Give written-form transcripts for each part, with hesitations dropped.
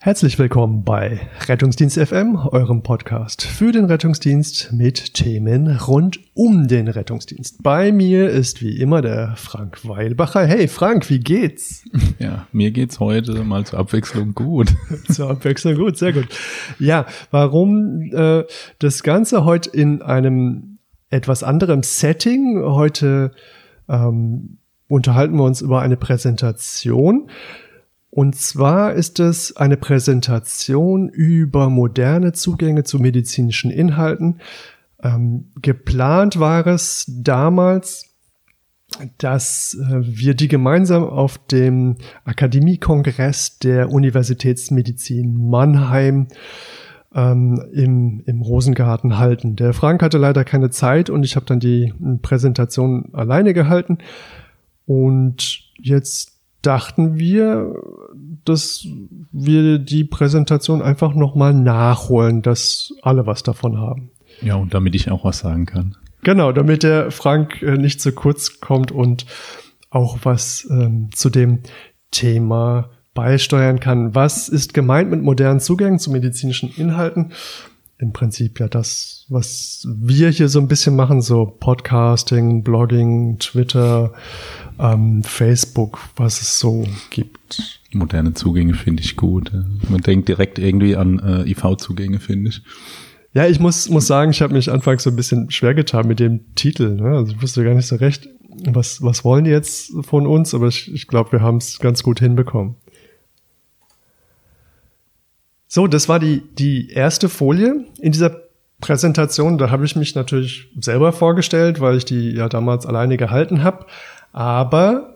Herzlich willkommen bei Rettungsdienst FM, eurem Podcast für den Rettungsdienst mit Themen rund um den Rettungsdienst. Bei mir ist wie immer der Frank Weilbacher. Hey Frank, wie geht's? Ja, mir geht's heute mal zur Abwechslung gut. Zur Abwechslung gut, sehr gut. Ja, warum das Ganze heute in einem etwas anderem Setting? Heute unterhalten wir uns über eine Präsentation. Und zwar ist es eine Präsentation über moderne Zugänge zu medizinischen Inhalten. Geplant war es damals, dass wir die gemeinsam auf dem Akademiekongress der Universitätsmedizin Mannheim im Rosengarten halten. Der Frank hatte leider keine Zeit und ich habe dann die Präsentation alleine gehalten. Und jetzt dachten wir, dass wir die Präsentation einfach nochmal nachholen, dass alle was davon haben. Ja, und damit ich auch was sagen kann. Genau, damit der Frank nicht zu kurz kommt und auch was zu dem Thema beisteuern kann. Was ist gemeint mit modernen Zugängen zu medizinischen Inhalten? Im Prinzip ja das, was wir hier so ein bisschen machen, so Podcasting, Blogging, Twitter, Facebook, was es so gibt. Moderne Zugänge finde ich gut. Man denkt direkt irgendwie an IV-Zugänge, finde ich. Ja, ich muss sagen, ich habe mich anfangs so ein bisschen schwer getan mit dem Titel. Ne? Also ich wusste gar nicht so recht, was wollen die jetzt von uns, aber ich glaube, wir haben es ganz gut hinbekommen. So, das war die erste Folie in dieser Präsentation. Da habe ich mich natürlich selber vorgestellt, weil ich die ja damals alleine gehalten habe. Aber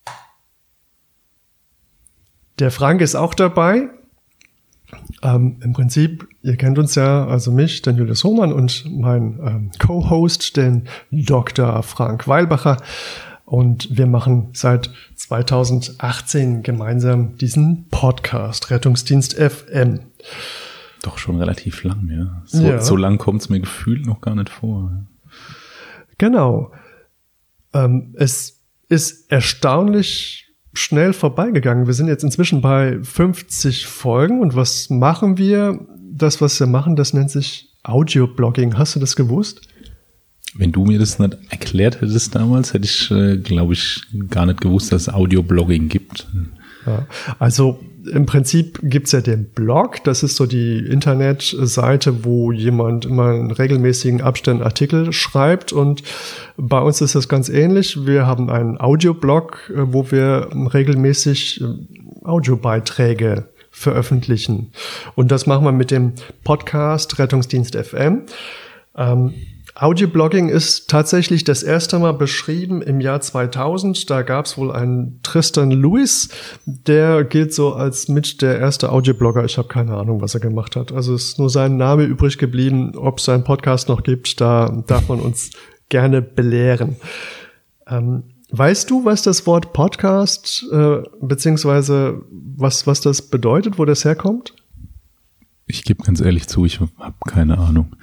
der Frank ist auch dabei. Im Prinzip, ihr kennt uns ja, also mich, den Julius Hohmann und mein Co-Host, den Dr. Frank Weilbacher. Und wir machen seit 2018 gemeinsam diesen Podcast, Rettungsdienst FM. Doch schon relativ lang, ja. So lang kommt es mir gefühlt noch gar nicht vor. Genau. Es ist erstaunlich schnell vorbeigegangen. Wir sind jetzt inzwischen bei 50 Folgen. Und was machen wir? Das, was wir machen, das nennt sich Audio-Blogging. Hast du das gewusst? Wenn du mir das nicht erklärt hättest damals, hätte ich, glaube ich, gar nicht gewusst, dass es Audio-Blogging gibt. Ja, also im Prinzip gibt's ja den Blog, das ist so die Internetseite, wo jemand immer in regelmäßigen Abständen Artikel schreibt, und bei uns ist das ganz ähnlich. Wir haben einen Audioblog, wo wir regelmäßig Audiobeiträge veröffentlichen, und das machen wir mit dem Podcast Rettungsdienst FM. Audioblogging ist tatsächlich das erste Mal beschrieben im Jahr 2000. Da gab es wohl einen Tristan Lewis, der gilt so als mit der erste Audioblogger. Ich habe keine Ahnung, was er gemacht hat. Also ist nur sein Name übrig geblieben. Ob es seinen Podcast noch gibt, da darf man uns gerne belehren. Weißt du, was das Wort Podcast beziehungsweise was das bedeutet, wo das herkommt? Ich gebe ganz ehrlich zu, ich habe keine Ahnung.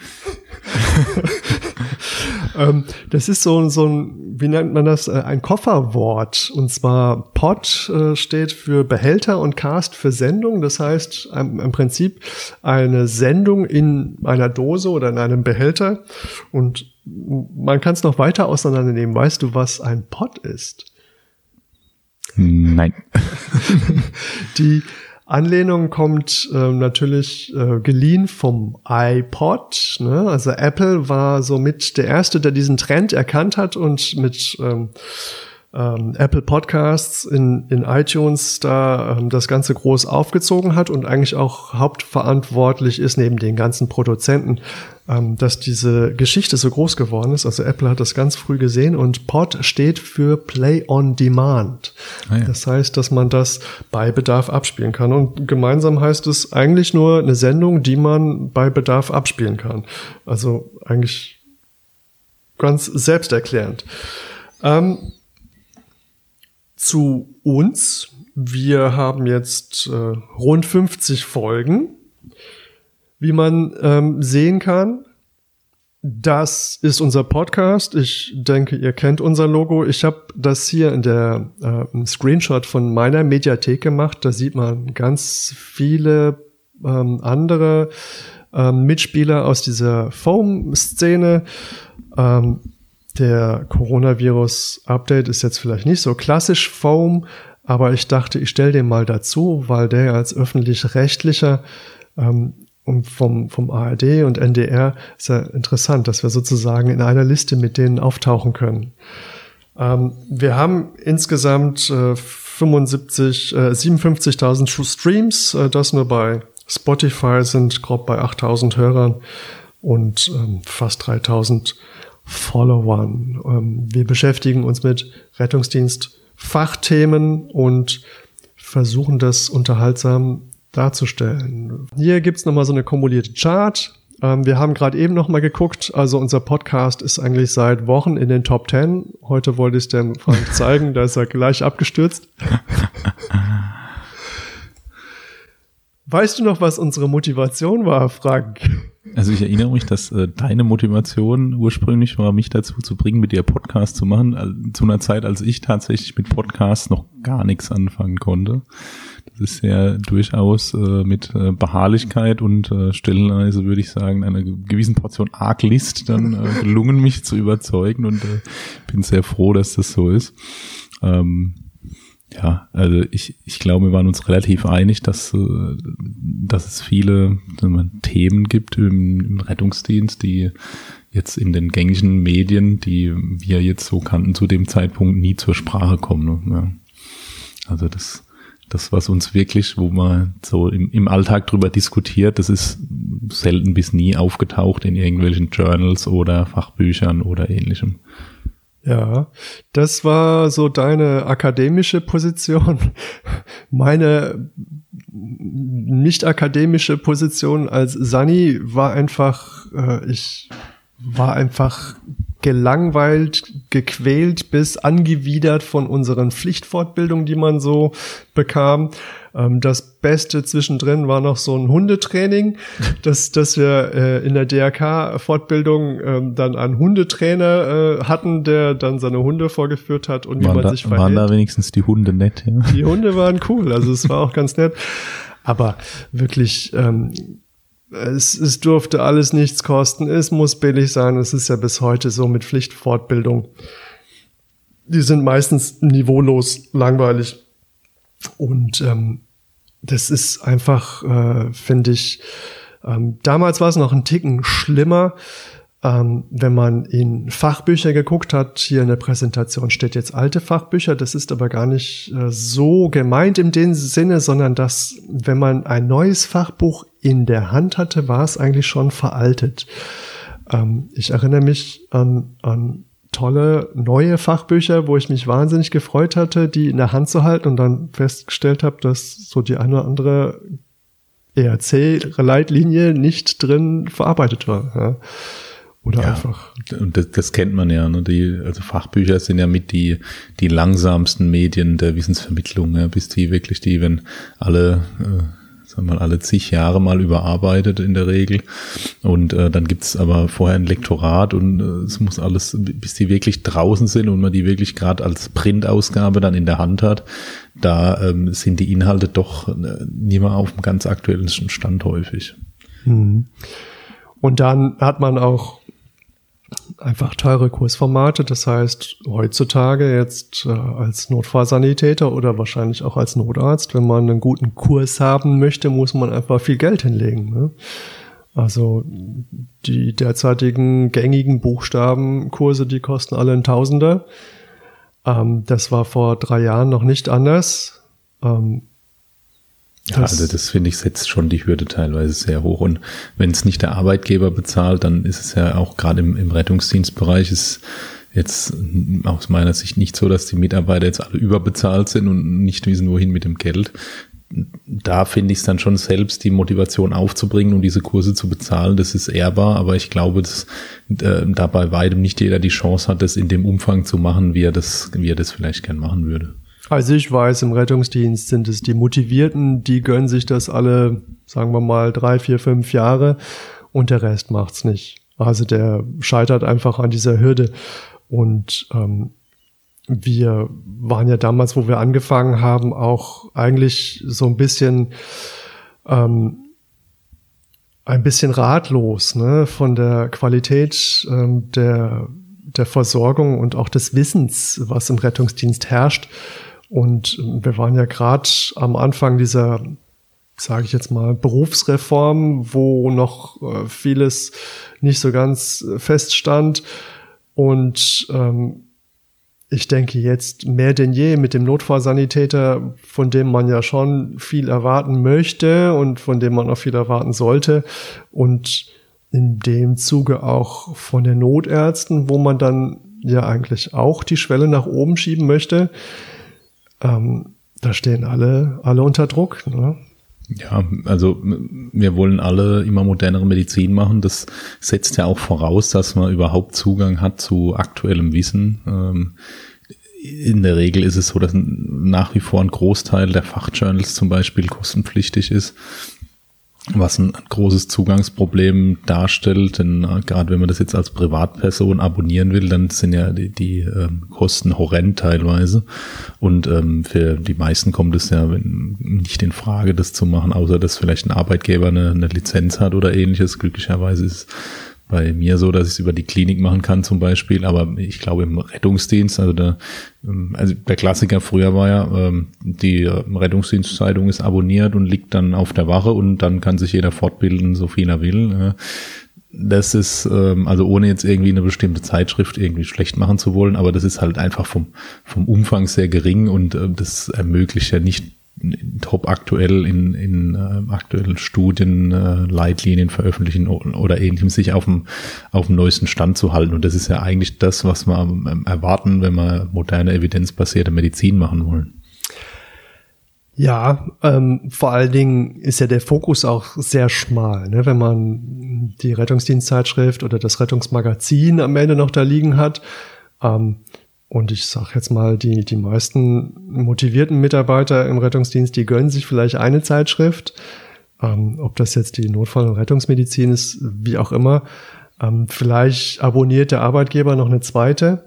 Das ist so ein, wie nennt man das, ein Kofferwort. Und zwar Pod steht für Behälter und Cast für Sendung. Das heißt im Prinzip eine Sendung in einer Dose oder in einem Behälter. Und man kann es noch weiter auseinandernehmen. Weißt du, was ein Pod ist? Nein. Die Anlehnung kommt natürlich geliehen vom iPod. Ne? Also Apple war somit der Erste, der diesen Trend erkannt hat und mit Apple Podcasts in iTunes da das Ganze groß aufgezogen hat und eigentlich auch hauptverantwortlich ist neben den ganzen Produzenten, dass diese Geschichte so groß geworden ist. Also Apple hat das ganz früh gesehen, und Pod steht für Play on Demand. Ah, ja. Das heißt, dass man das bei Bedarf abspielen kann. Und gemeinsam heißt es eigentlich nur eine Sendung, die man bei Bedarf abspielen kann. Also eigentlich ganz selbsterklärend. Zu uns. Wir haben jetzt rund 50 Folgen. Wie man sehen kann, Das ist unser Podcast. Ich denke, ihr kennt unser Logo. Ich habe das hier in der Screenshot von meiner Mediathek gemacht. Da sieht man ganz viele andere Mitspieler aus dieser Foam-Szene. Der Coronavirus-Update ist jetzt vielleicht nicht so klassisch Foam, aber ich dachte, ich stelle den mal dazu, weil der als öffentlich-rechtlicher und vom ARD und NDR ist ja interessant, dass wir sozusagen in einer Liste mit denen auftauchen können. Wir haben insgesamt 57.000 Streams, das nur bei Spotify sind grob bei 8.000 Hörern und fast 3.000 Followern. Wir beschäftigen uns mit Rettungsdienst-Fachthemen und versuchen das unterhaltsam darzustellen. Hier gibt's nochmal so eine kumulierte Chart. Wir haben gerade eben nochmal geguckt, also unser Podcast ist eigentlich seit Wochen in den Top 10. Heute wollte ich es dem Frank zeigen, da ist er gleich abgestürzt. Weißt du noch, was unsere Motivation war, Frank? Also ich erinnere mich, dass deine Motivation ursprünglich war, mich dazu zu bringen, mit dir Podcast zu machen, zu einer Zeit, als ich tatsächlich mit Podcasts noch gar nichts anfangen konnte. Das ist ja durchaus mit Beharrlichkeit und stellenweise, würde ich sagen, einer gewissen Portion Arglist dann gelungen, mich zu überzeugen und bin sehr froh, dass das so ist. Ja, also ich glaube, wir waren uns relativ einig, dass es viele Themen gibt im Rettungsdienst, die jetzt in den gängigen Medien, die wir jetzt so kannten, zu dem Zeitpunkt nie zur Sprache kommen. Ja. Also das, was uns wirklich, wo man so im Alltag drüber diskutiert, das ist selten bis nie aufgetaucht in irgendwelchen Journals oder Fachbüchern oder ähnlichem. Ja, das war so deine akademische Position. Meine nicht akademische Position als Sani war einfach, ich war einfach gelangweilt, gequält bis angewidert von unseren Pflichtfortbildungen, die man so bekam. Das Beste zwischendrin war noch so ein Hundetraining, dass wir in der DRK-Fortbildung dann einen Hundetrainer hatten, der dann seine Hunde vorgeführt hat und wie man sich verhält. Waren da wenigstens die Hunde nett? Ja? Die Hunde waren cool, also es war auch ganz nett. Aber wirklich, es durfte alles nichts kosten, es muss billig sein. Es ist ja bis heute so mit Pflichtfortbildung. Die sind meistens niveaulos langweilig. Und das ist einfach, finde ich, damals war es noch ein Ticken schlimmer, wenn man in Fachbücher geguckt hat. Hier in der Präsentation steht jetzt alte Fachbücher. Das ist aber gar nicht so gemeint in dem Sinne, sondern dass, wenn man ein neues Fachbuch in der Hand hatte, war es eigentlich schon veraltet. Ich erinnere mich an tolle neue Fachbücher, wo ich mich wahnsinnig gefreut hatte, die in der Hand zu halten und dann festgestellt habe, dass so die eine oder andere ERC-Leitlinie nicht drin verarbeitet war. Ja. Oder einfach. Und das kennt man ja, ne? Also Fachbücher sind ja mit die langsamsten Medien der Wissensvermittlung, ja, bis die wirklich wenn alle zig Jahre mal überarbeitet in der Regel. Und dann gibt's aber vorher ein Lektorat und es muss alles, bis die wirklich draußen sind und man die wirklich gerade als Printausgabe dann in der Hand hat, da sind die Inhalte doch nie mal auf dem ganz aktuellen Stand häufig. Mhm. Und dann hat man auch einfach teure Kursformate. Das heißt, heutzutage jetzt als Notfallsanitäter oder wahrscheinlich auch als Notarzt, wenn man einen guten Kurs haben möchte, muss man einfach viel Geld hinlegen. Ne? Also die derzeitigen gängigen Buchstabenkurse, die kosten alle ein Tausender. Das war vor 3 Jahren noch nicht anders. Ja, also das finde ich setzt schon die Hürde teilweise sehr hoch. Und wenn es nicht der Arbeitgeber bezahlt, dann ist es ja auch gerade im Rettungsdienstbereich ist jetzt aus meiner Sicht nicht so, dass die Mitarbeiter jetzt alle überbezahlt sind und nicht wissen, wohin mit dem Geld. Da finde ich es dann schon selbst, die Motivation aufzubringen und diese Kurse zu bezahlen, das ist ehrbar, aber ich glaube, dass da bei weitem nicht jeder die Chance hat, das in dem Umfang zu machen, wie er das vielleicht gern machen würde. Also ich weiß, im Rettungsdienst sind es die Motivierten, die gönnen sich das alle, sagen wir mal, 3, 4, 5 Jahre und der Rest macht's nicht. Also der scheitert einfach an dieser Hürde. Und wir waren ja damals, wo wir angefangen haben, auch eigentlich so ein bisschen ratlos, ne, von der Qualität der Versorgung und auch des Wissens, was im Rettungsdienst herrscht. Und wir waren ja gerade am Anfang dieser, sage ich jetzt mal, Berufsreform, wo noch vieles nicht so ganz feststand. Und ich denke jetzt mehr denn je mit dem Notfallsanitäter, von dem man ja schon viel erwarten möchte und von dem man auch viel erwarten sollte. Und in dem Zuge auch von den Notärzten, wo man dann ja eigentlich auch die Schwelle nach oben schieben möchte. Da stehen alle unter Druck, ne? Ja, also wir wollen alle immer modernere Medizin machen. Das setzt ja auch voraus, dass man überhaupt Zugang hat zu aktuellem Wissen. In der Regel ist es so, dass nach wie vor ein Großteil der Fachjournals zum Beispiel kostenpflichtig ist, was ein großes Zugangsproblem darstellt. Denn gerade wenn man das jetzt als Privatperson abonnieren will, dann sind ja die Kosten horrend teilweise. Und für die meisten kommt es ja nicht in Frage, das zu machen, außer dass vielleicht ein Arbeitgeber eine Lizenz hat oder ähnliches. Glücklicherweise ist es bei mir so, dass ich es über die Klinik machen kann zum Beispiel, aber ich glaube im Rettungsdienst, also der Klassiker früher war ja, die Rettungsdienstzeitung ist abonniert und liegt dann auf der Wache und dann kann sich jeder fortbilden, so viel er will. Das ist, also ohne jetzt irgendwie eine bestimmte Zeitschrift irgendwie schlecht machen zu wollen, aber das ist halt einfach vom Umfang sehr gering und das ermöglicht ja nicht top aktuell in aktuellen Studien, Leitlinien veröffentlichen oder ähnlichem, sich auf dem neuesten Stand zu halten. Und das ist ja eigentlich das, was wir erwarten, wenn wir moderne, evidenzbasierte Medizin machen wollen. Ja, vor allen Dingen ist ja der Fokus auch sehr schmal, ne? Wenn man die Rettungsdienstzeitschrift oder das Rettungsmagazin am Ende noch da liegen hat, und ich sage jetzt mal, die meisten motivierten Mitarbeiter im Rettungsdienst, die gönnen sich vielleicht eine Zeitschrift, ob das jetzt die Notfall- und Rettungsmedizin ist, wie auch immer. Vielleicht abonniert der Arbeitgeber noch eine zweite,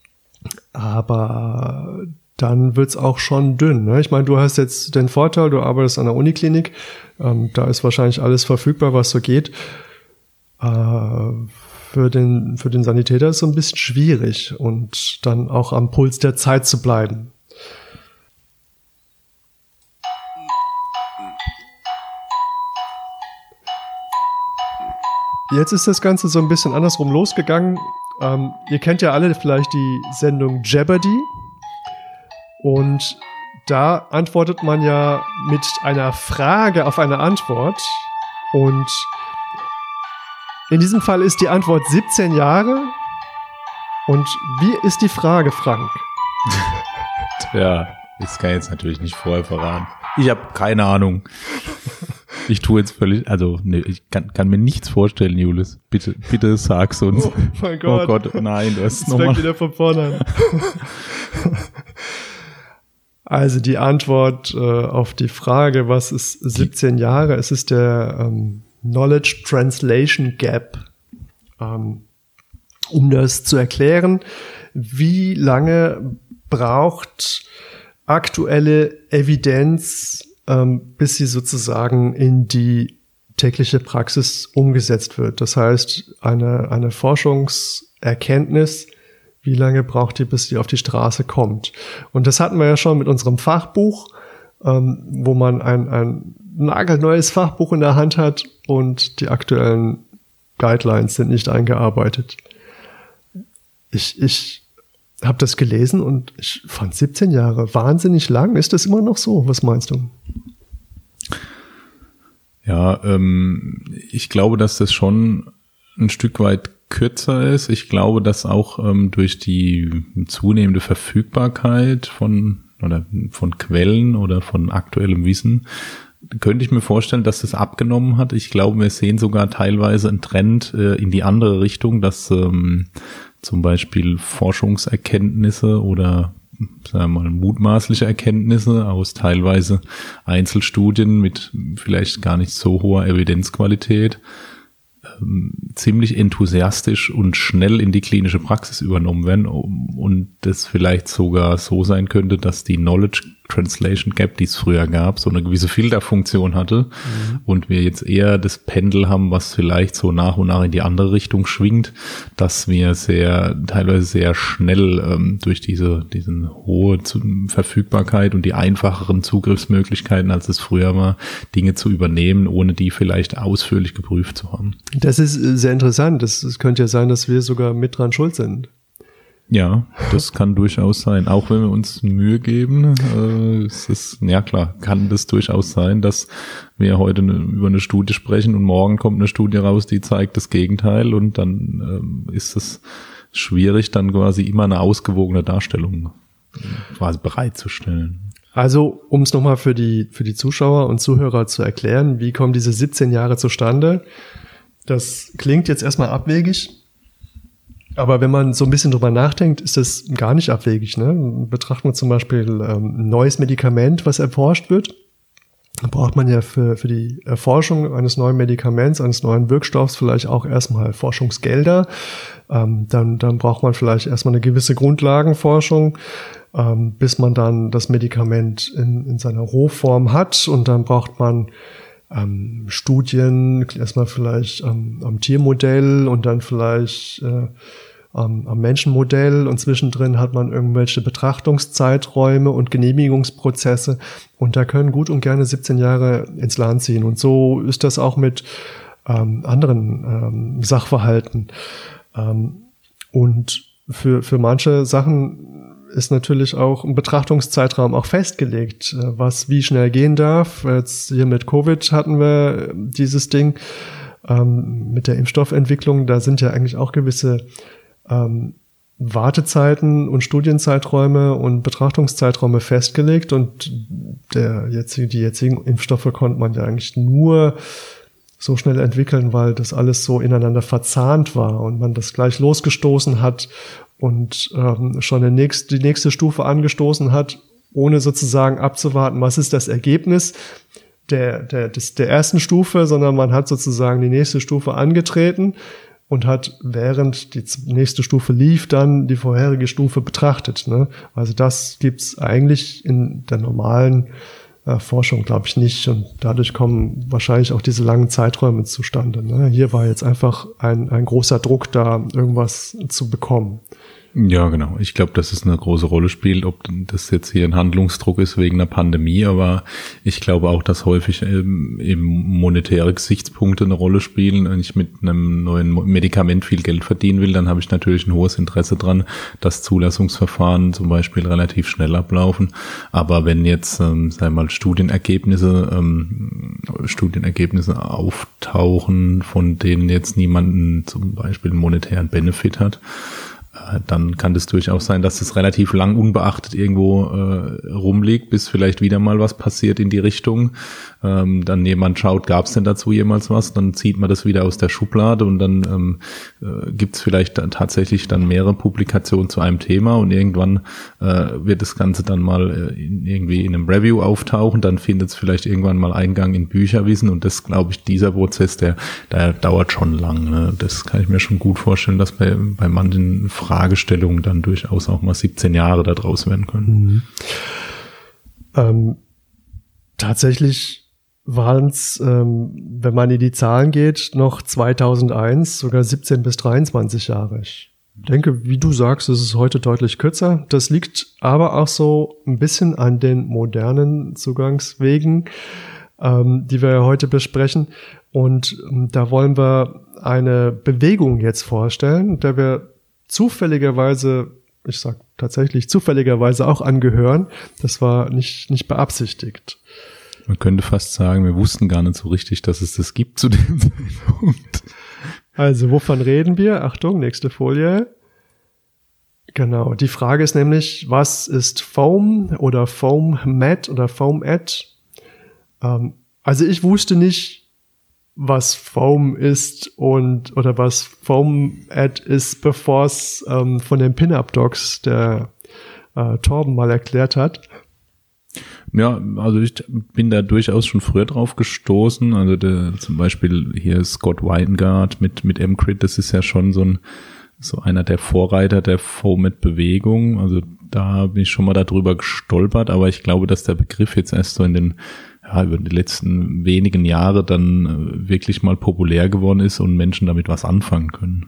aber dann wird's auch schon dünn, ne? Ich meine, du hast jetzt den Vorteil, du arbeitest an der Uniklinik, da ist wahrscheinlich alles verfügbar, was so geht. Für den Sanitäter ist es so ein bisschen schwierig und dann auch am Puls der Zeit zu bleiben. Jetzt ist das Ganze so ein bisschen andersrum losgegangen. Ihr kennt ja alle vielleicht die Sendung Jeopardy. Und da antwortet man ja mit einer Frage auf eine Antwort. Und in diesem Fall ist die Antwort 17 Jahre. Und wie ist die Frage, Frank? Ja, das kann ich jetzt natürlich nicht vorher verraten. Ich habe keine Ahnung. Ich tue jetzt völlig, also nee, ich kann mir nichts vorstellen, Julius. Bitte sag's uns. Oh mein Gott. Oh Gott, nein, du hast es nochmal. Es fängt wieder von vorne an. Also die Antwort auf die Frage, was ist 17 Jahre? Es ist der Knowledge Translation Gap. Um das zu erklären, wie lange braucht aktuelle Evidenz, bis sie sozusagen in die tägliche Praxis umgesetzt wird. Das heißt, eine Forschungserkenntnis, wie lange braucht die, bis die auf die Straße kommt? Und das hatten wir ja schon mit unserem Fachbuch, wo man ein nagelneues Fachbuch in der Hand hat und die aktuellen Guidelines sind nicht eingearbeitet. Ich habe das gelesen und ich fand 17 Jahre wahnsinnig lang. Ist das immer noch so? Was meinst du? Ja, ich glaube, dass das schon ein Stück weit kürzer ist. Ich glaube, dass auch durch die zunehmende Verfügbarkeit von Quellen oder von aktuellem Wissen könnte ich mir vorstellen, dass das abgenommen hat. Ich glaube, wir sehen sogar teilweise einen Trend in die andere Richtung, dass zum Beispiel Forschungserkenntnisse oder sagen wir mal mutmaßliche Erkenntnisse aus teilweise Einzelstudien mit vielleicht gar nicht so hoher Evidenzqualität ziemlich enthusiastisch und schnell in die klinische Praxis übernommen werden und das vielleicht sogar so sein könnte, dass die Knowledge Translation Gap, die es früher gab, so eine gewisse Filterfunktion hatte und wir jetzt eher das Pendel haben, was vielleicht so nach und nach in die andere Richtung schwingt, dass wir teilweise sehr schnell durch diesen hohe Verfügbarkeit und die einfacheren Zugriffsmöglichkeiten, als es früher war, Dinge zu übernehmen, ohne die vielleicht ausführlich geprüft zu haben. Das ist sehr interessant. Das könnte ja sein, dass wir sogar mit dran schuld sind. Ja, das kann durchaus sein. Auch wenn wir uns Mühe geben, kann das durchaus sein, dass wir heute über eine Studie sprechen und morgen kommt eine Studie raus, die zeigt das Gegenteil und dann ist es schwierig, dann quasi immer eine ausgewogene Darstellung quasi bereitzustellen. Also, um es nochmal für die Zuschauer und Zuhörer zu erklären, wie kommen diese 17 Jahre zustande? Das klingt jetzt erstmal abwegig. Aber wenn man so ein bisschen drüber nachdenkt, ist das gar nicht abwegig. Ne? Betrachten wir zum Beispiel ein neues Medikament, was erforscht wird. Dann braucht man ja für die Erforschung eines neuen Medikaments, eines neuen Wirkstoffs vielleicht auch erstmal Forschungsgelder. Dann braucht man vielleicht erstmal eine gewisse Grundlagenforschung, bis man dann das Medikament in seiner Rohform hat. Und dann braucht man Studien, erstmal vielleicht am Tiermodell und dann vielleicht am Menschenmodell und zwischendrin hat man irgendwelche Betrachtungszeiträume und Genehmigungsprozesse und da können gut und gerne 17 Jahre ins Land ziehen und so ist das auch mit anderen Sachverhalten und für manche Sachen ist natürlich auch ein Betrachtungszeitraum auch festgelegt, was wie schnell gehen darf. Jetzt hier mit Covid hatten wir dieses Ding mit der Impfstoffentwicklung. Da sind ja eigentlich auch gewisse Wartezeiten und Studienzeiträume und Betrachtungszeiträume festgelegt. Und die jetzigen Impfstoffe konnte man ja eigentlich nur so schnell entwickeln, weil das alles so ineinander verzahnt war und man das gleich losgestoßen hat und schon die nächste Stufe angestoßen hat, ohne sozusagen abzuwarten, was ist das Ergebnis der ersten Stufe, sondern man hat sozusagen die nächste Stufe angetreten und hat, während die nächste Stufe lief, dann die vorherige Stufe betrachtet. Ne? Also das gibt's eigentlich in der normalen Forschung, glaube ich, nicht. Und dadurch kommen wahrscheinlich auch diese langen Zeiträume zustande. Ne? Hier war jetzt einfach ein großer Druck da, irgendwas zu bekommen. Ja, genau. Ich glaube, dass es eine große Rolle spielt, ob das jetzt hier ein Handlungsdruck ist wegen einer Pandemie, aber ich glaube auch, dass häufig eben monetäre Gesichtspunkte eine Rolle spielen. Wenn ich mit einem neuen Medikament viel Geld verdienen will, dann habe ich natürlich ein hohes Interesse dran, dass Zulassungsverfahren zum Beispiel relativ schnell ablaufen. Aber wenn jetzt, sagen wir mal, Studienergebnisse auftauchen, von denen jetzt niemanden zum Beispiel einen monetären Benefit hat, dann kann das durchaus sein, dass es relativ lang unbeachtet irgendwo rumliegt, bis vielleicht wieder mal was passiert in die Richtung. Dann jemand schaut, gab es denn dazu jemals was? Dann zieht man das wieder aus der Schublade und dann gibt es vielleicht tatsächlich dann mehrere Publikationen zu einem Thema und irgendwann wird das Ganze dann mal irgendwie in einem Review auftauchen. Dann findet es vielleicht irgendwann mal Eingang in Bücherwissen und das, glaube ich, dieser Prozess, der dauert schon lang. Ne? Das kann ich mir schon gut vorstellen, dass bei manchen Fragestellungen dann durchaus auch mal 17 Jahre da draus werden können. Tatsächlich waren es, wenn man in die Zahlen geht, noch 2001 sogar 17 bis 23 Jahre. Ich denke, wie du sagst, es ist heute deutlich kürzer. Das liegt aber auch so ein bisschen an den modernen Zugangswegen, die wir ja heute besprechen. Und da wollen wir eine Bewegung jetzt vorstellen, der wir zufälligerweise, ich sag tatsächlich zufälligerweise auch angehören. Das war nicht beabsichtigt. Man könnte fast sagen, wir wussten gar nicht so richtig, dass es das gibt zu dem Zeitpunkt. Also, wovon reden wir? Achtung, nächste Folie. Genau, die Frage ist nämlich, was ist Foam oder Foam-Mat oder Foam-Ad? Also ich wusste nicht, was Foam ist oder was Foam-Ad ist, bevor es von den Pin-Up-Docs der Torben mal erklärt hat. Ja, also ich bin da durchaus schon früher drauf gestoßen. Also zum Beispiel hier Scott Weingart mit Mcrit, das ist ja schon so einer der Vorreiter der FOAMAT-Bewegung. Also da bin ich schon mal darüber gestolpert, aber ich glaube, dass der Begriff jetzt erst so über die letzten wenigen Jahre dann wirklich mal populär geworden ist und Menschen damit was anfangen können.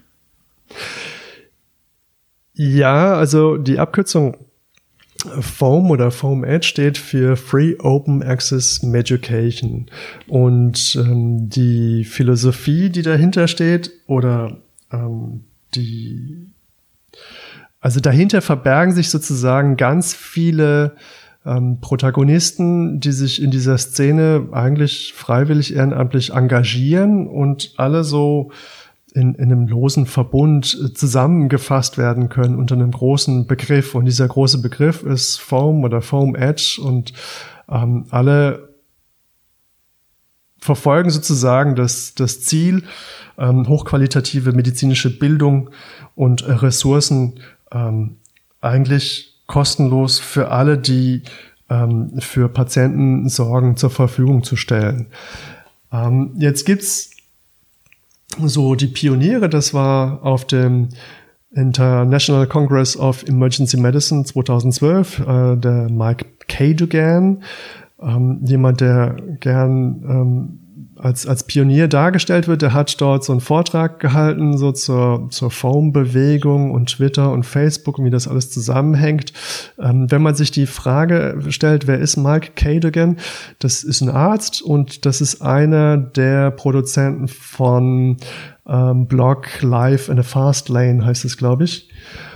Ja, also die Abkürzung FOAM oder FOAMAT steht für Free Open Access Education. Und die Philosophie, die dahinter steht, oder also dahinter verbergen sich sozusagen ganz viele Protagonisten, die sich in dieser Szene eigentlich freiwillig ehrenamtlich engagieren und alle so in einem losen Verbund zusammengefasst werden können unter einem großen Begriff. Und dieser große Begriff ist FOAM oder FOAMAT und alle verfolgen sozusagen das Ziel, hochqualitative medizinische Bildung und Ressourcen eigentlich kostenlos für alle, die für Patienten sorgen, zur Verfügung zu stellen. Jetzt gibt's so die Pioniere, das war auf dem International Congress of Emergency Medicine 2012, der Mike Cadogan, jemand, der gern als Pionier dargestellt wird. Der hat dort so einen Vortrag gehalten, so zur FOAM-Bewegung und Twitter und Facebook und wie das alles zusammenhängt. Wenn man sich die Frage stellt, wer ist Mike Cadogan? Das ist ein Arzt und das ist einer der Produzenten von Blog Life in a Fast Lane, heißt es, glaube ich.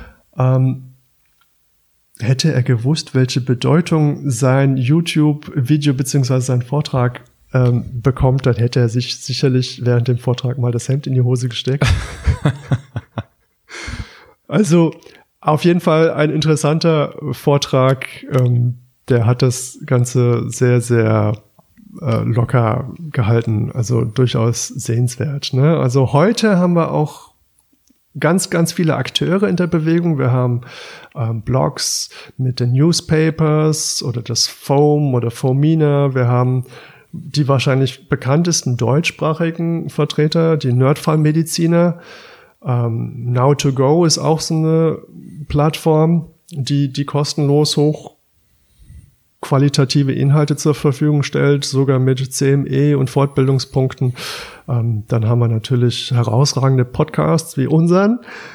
Hätte er gewusst, welche Bedeutung sein YouTube-Video bzw. sein Vortrag bekommt, dann hätte er sich sicherlich während dem Vortrag mal das Hemd in die Hose gesteckt. Also auf jeden Fall ein interessanter Vortrag. Der hat das Ganze sehr, sehr locker gehalten, also durchaus sehenswert. Ne? Also heute haben wir auch ganz, ganz viele Akteure in der Bewegung. Wir haben Blogs mit den Newspapers oder das FOAM oder FOAMINA. Wir haben die wahrscheinlich bekanntesten deutschsprachigen Vertreter, die Nerdfallmediziner. Now2Go ist auch so eine Plattform, die kostenlos hochqualitative Inhalte zur Verfügung stellt, sogar mit CME und Fortbildungspunkten. Dann haben wir natürlich herausragende Podcasts wie unseren.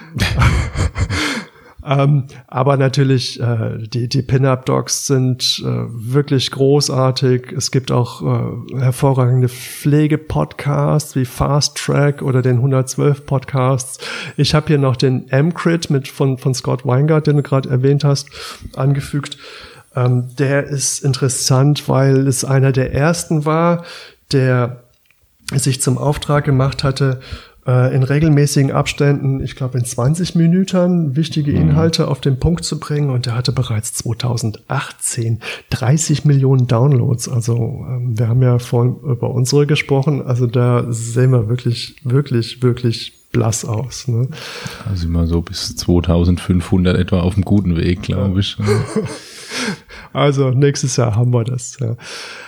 Aber natürlich, die Pin-Up-Docs sind wirklich großartig. Es gibt auch hervorragende Pflege-Podcasts wie Fast Track oder den 112-Podcasts. Ich habe hier noch den Mcrit von Scott Weingart, den du gerade erwähnt hast, angefügt. Der ist interessant, weil es einer der ersten war, der sich zum Auftrag gemacht hatte, in regelmäßigen Abständen, ich glaube in 20 Minuten, wichtige Inhalte auf den Punkt zu bringen. Und der hatte bereits 2018 30 Millionen Downloads. Also wir haben ja vorhin über unsere gesprochen. Also da sehen wir wirklich, wirklich, wirklich blass aus. Ne? Also immer so bis 2500 etwa auf einem guten Weg, glaube ich. Also nächstes Jahr haben wir das. Ja.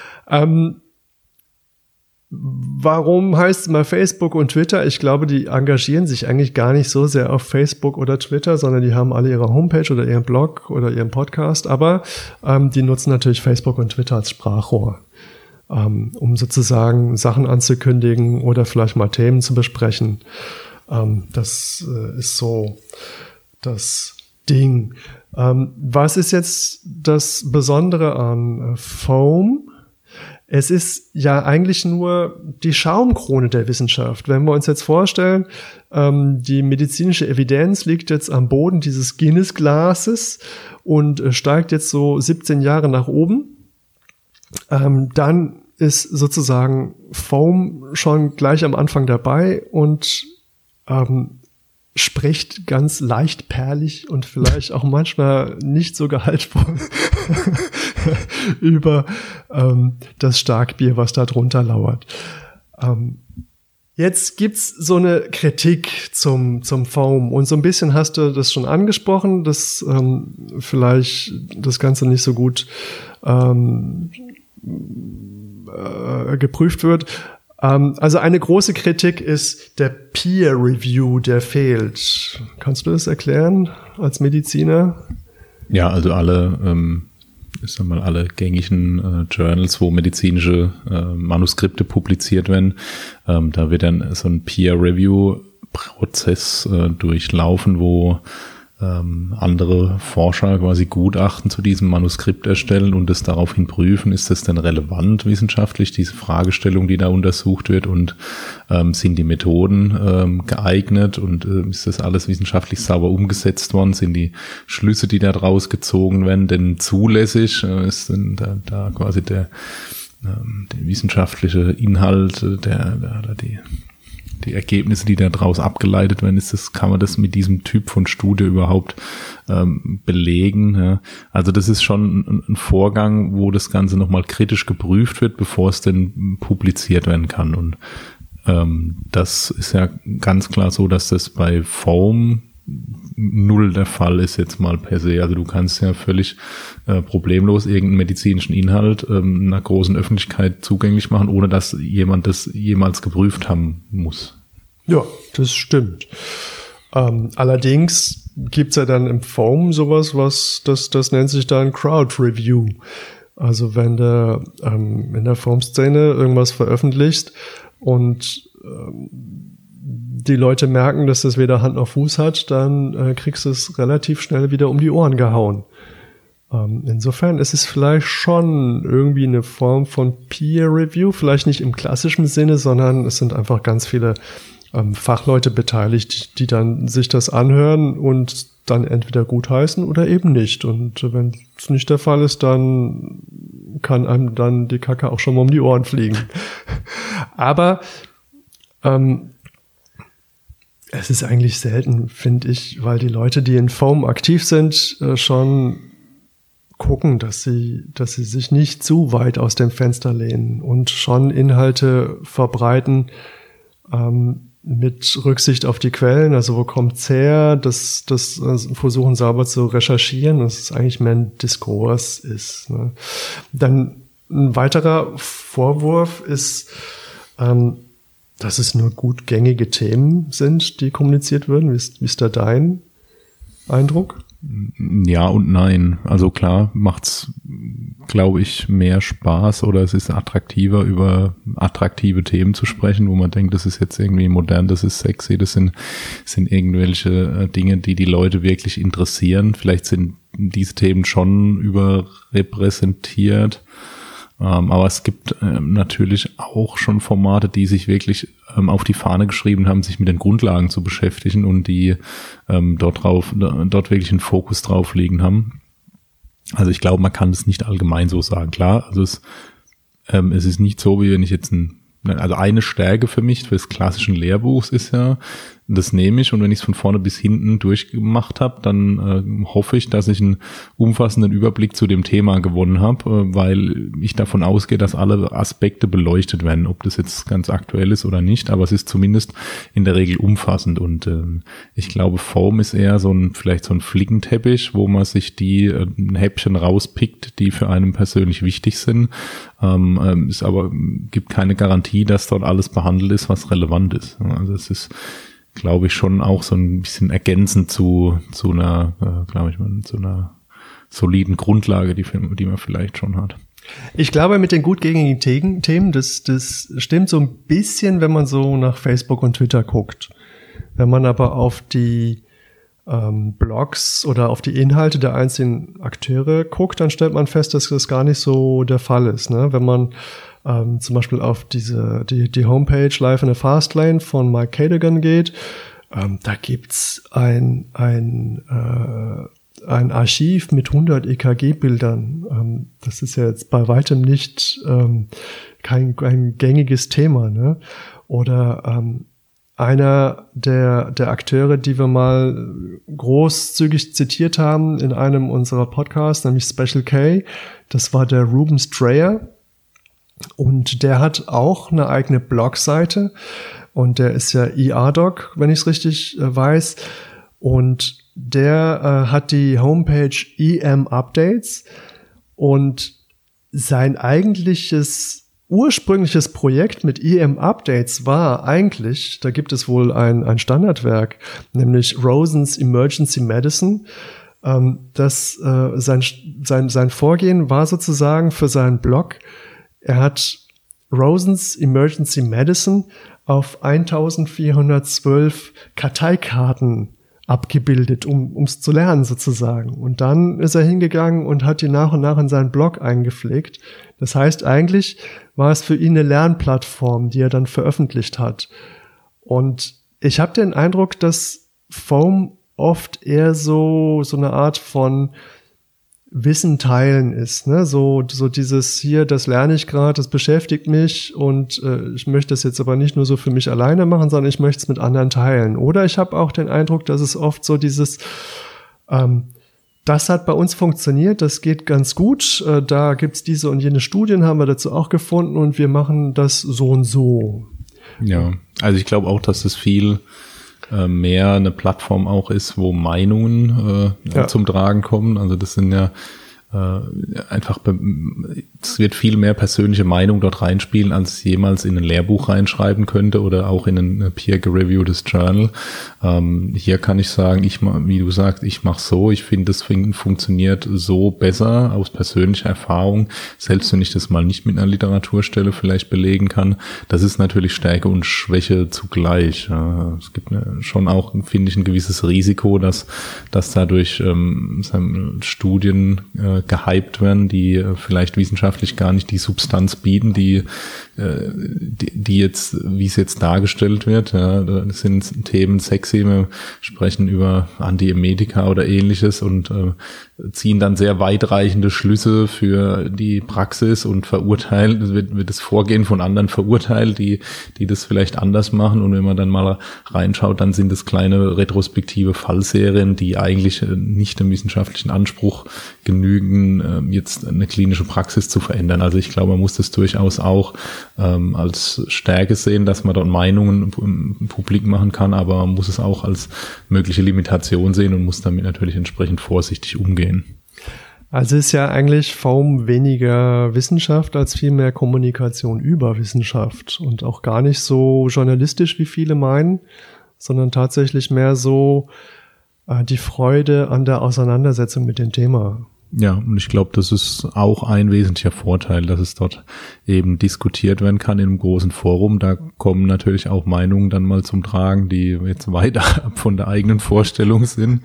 Warum heißt es mal Facebook und Twitter? Ich glaube, die engagieren sich eigentlich gar nicht so sehr auf Facebook oder Twitter, sondern die haben alle ihre Homepage oder ihren Blog oder ihren Podcast, aber die nutzen natürlich Facebook und Twitter als Sprachrohr, um sozusagen Sachen anzukündigen oder vielleicht mal Themen zu besprechen. Das ist so das Ding. Was ist jetzt das Besondere an FOAM? Es ist ja eigentlich nur die Schaumkrone der Wissenschaft. Wenn wir uns jetzt vorstellen, die medizinische Evidenz liegt jetzt am Boden dieses Guinness-Glases und steigt jetzt so 17 Jahre nach oben, dann ist sozusagen FOAM schon gleich am Anfang dabei und spricht ganz leicht perlig und vielleicht auch manchmal nicht so gehaltvoll über das Starkbier, was da drunter lauert. Jetzt gibt's so eine Kritik zum Foam und so ein bisschen hast du das schon angesprochen, dass vielleicht das Ganze nicht so gut geprüft wird. Also eine große Kritik ist der Peer Review, der fehlt. Kannst du das erklären als Mediziner? Ja, also alle gängigen Journals, wo medizinische Manuskripte publiziert werden, da wird dann so ein Peer-Review-Prozess durchlaufen, wo andere Forscher quasi Gutachten zu diesem Manuskript erstellen und es daraufhin prüfen, ist das denn relevant wissenschaftlich, diese Fragestellung, die da untersucht wird, und sind die Methoden geeignet und ist das alles wissenschaftlich sauber umgesetzt worden, sind die Schlüsse, die da draus gezogen werden, denn zulässig, ist denn da quasi der wissenschaftliche Inhalt, die Ergebnisse, die da draus abgeleitet werden, kann man das mit diesem Typ von Studie überhaupt belegen. Ja. Also das ist schon ein Vorgang, wo das Ganze nochmal kritisch geprüft wird, bevor es denn publiziert werden kann. Und das ist ja ganz klar so, dass das bei Foam null der Fall ist jetzt mal per se. Also du kannst ja völlig problemlos irgendeinen medizinischen Inhalt einer großen Öffentlichkeit zugänglich machen, ohne dass jemand das jemals geprüft haben muss. Ja, das stimmt. Allerdings gibt's ja dann im Foam sowas, das nennt sich dann Crowd Review. Also wenn du in der Foam-Szene irgendwas veröffentlichst und die Leute merken, dass das weder Hand noch Fuß hat, dann kriegst du es relativ schnell wieder um die Ohren gehauen. Insofern ist es vielleicht schon irgendwie eine Form von Peer Review, vielleicht nicht im klassischen Sinne, sondern es sind einfach ganz viele Fachleute beteiligt, die dann sich das anhören und dann entweder gutheißen oder eben nicht. Und wenn es nicht der Fall ist, dann kann einem dann die Kacke auch schon mal um die Ohren fliegen. Aber es ist eigentlich selten, finde ich, weil die Leute, die in Foam aktiv sind, schon gucken, dass sie sich nicht zu weit aus dem Fenster lehnen und schon Inhalte verbreiten mit Rücksicht auf die Quellen. Also wo kommt's her? Das versuchen sauber zu recherchieren, dass es eigentlich mehr ein Diskurs ist. Ne? Dann ein weiterer Vorwurf ist, dass es nur gut gängige Themen sind, die kommuniziert werden. Wie ist da dein Eindruck? Ja und nein. Also klar macht's, glaube ich, mehr Spaß oder es ist attraktiver, über attraktive Themen zu sprechen, wo man denkt, das ist jetzt irgendwie modern, das ist sexy, das sind irgendwelche Dinge, die Leute wirklich interessieren. Vielleicht sind diese Themen schon überrepräsentiert. Aber es gibt natürlich auch schon Formate, die sich wirklich auf die Fahne geschrieben haben, sich mit den Grundlagen zu beschäftigen und die dort wirklich einen Fokus drauf liegen haben. Also ich glaube, man kann es nicht allgemein so sagen. Klar, also es ist nicht so, wie wenn ich jetzt also eine Stärke für mich des klassischen Lehrbuchs ist ja, das nehme ich und wenn ich es von vorne bis hinten durchgemacht habe, dann hoffe ich, dass ich einen umfassenden Überblick zu dem Thema gewonnen habe, weil ich davon ausgehe, dass alle Aspekte beleuchtet werden, ob das jetzt ganz aktuell ist oder nicht, aber es ist zumindest in der Regel umfassend und ich glaube, Foam ist eher vielleicht so ein Flickenteppich, wo man sich ein Häppchen rauspickt, die für einen persönlich wichtig sind, es aber gibt keine Garantie, dass dort alles behandelt ist, was relevant ist. Also es ist, glaube ich, schon auch so ein bisschen ergänzend zu einer soliden Grundlage, die man vielleicht schon hat. Ich glaube, mit den gut gängigen Themen, das stimmt so ein bisschen, wenn man so nach Facebook und Twitter guckt. Wenn man aber auf die Blogs oder auf die Inhalte der einzelnen Akteure guckt, dann stellt man fest, dass das gar nicht so der Fall ist. Ne? Wenn man zum Beispiel auf die Homepage Life in a Fastlane von Mike Cadogan geht, da gibt's ein Archiv mit 100 EKG-Bildern. Das ist ja jetzt bei weitem nicht kein gängiges Thema. Ne? Oder einer der Akteure, die wir mal großzügig zitiert haben in einem unserer Podcasts, nämlich Special K, das war der Ruben Strayer. Und der hat auch eine eigene Blogseite und der ist ja ERDoc, wenn ich es richtig weiß. Und der hat die Homepage EM Updates und sein eigentliches ursprüngliches Projekt mit EM Updates war eigentlich, da gibt es wohl ein Standardwerk, nämlich Rosen's Emergency Medicine. Sein Vorgehen war sozusagen für seinen Blog, er hat Rosen's Emergency Medicine auf 1412 Karteikarten abgebildet, um es zu lernen sozusagen. Und dann ist er hingegangen und hat die nach und nach in seinen Blog eingepflegt. Das heißt, eigentlich war es für ihn eine Lernplattform, die er dann veröffentlicht hat. Und ich habe den Eindruck, dass Foam oft eher so eine Art von Wissen teilen ist, ne? So dieses hier, das lerne ich gerade, das beschäftigt mich und ich möchte das jetzt aber nicht nur so für mich alleine machen, sondern ich möchte es mit anderen teilen. Oder ich habe auch den Eindruck, dass es oft so dieses, das hat bei uns funktioniert, das geht ganz gut, da gibt's diese und jene Studien, haben wir dazu auch gefunden und wir machen das so und so. Ja, also ich glaube auch, dass es viel mehr eine Plattform auch ist, wo Meinungen zum Tragen kommen. Also das sind ja einfach, es wird viel mehr persönliche Meinung dort reinspielen, als es jemals in ein Lehrbuch reinschreiben könnte oder auch in ein peer-reviewtes Journal. Hier kann ich sagen, wie du sagst, ich mache so, ich finde, das funktioniert so besser aus persönlicher Erfahrung, selbst wenn ich das mal nicht mit einer Literaturstelle vielleicht belegen kann. Das ist natürlich Stärke und Schwäche zugleich. Es gibt schon auch, finde ich, ein gewisses Risiko, dass dadurch Studien gehypt werden, die vielleicht wissenschaftlich gar nicht die Substanz bieten, die jetzt, wie es jetzt dargestellt wird. Ja, das sind Themen sexy, wir sprechen über Antiemetika oder ähnliches und ziehen dann sehr weitreichende Schlüsse für die Praxis und verurteilen, wird das Vorgehen von anderen verurteilt, die das vielleicht anders machen. Und wenn man dann mal reinschaut, dann sind es kleine retrospektive Fallserien, die eigentlich nicht dem wissenschaftlichen Anspruch genügen, jetzt eine klinische Praxis zu verändern. Also ich glaube, man muss das durchaus auch als Stärke sehen, dass man dort Meinungen publik machen kann, aber man muss es auch als mögliche Limitation sehen und muss damit natürlich entsprechend vorsichtig umgehen. Also ist ja eigentlich Foam weniger Wissenschaft als viel mehr Kommunikation über Wissenschaft und auch gar nicht so journalistisch, wie viele meinen, sondern tatsächlich mehr so die Freude an der Auseinandersetzung mit dem Thema. Ja, und ich glaube, das ist auch ein wesentlicher Vorteil, dass es dort eben diskutiert werden kann in einem großen Forum. Da kommen natürlich auch Meinungen dann mal zum Tragen, die jetzt weit ab von der eigenen Vorstellung sind.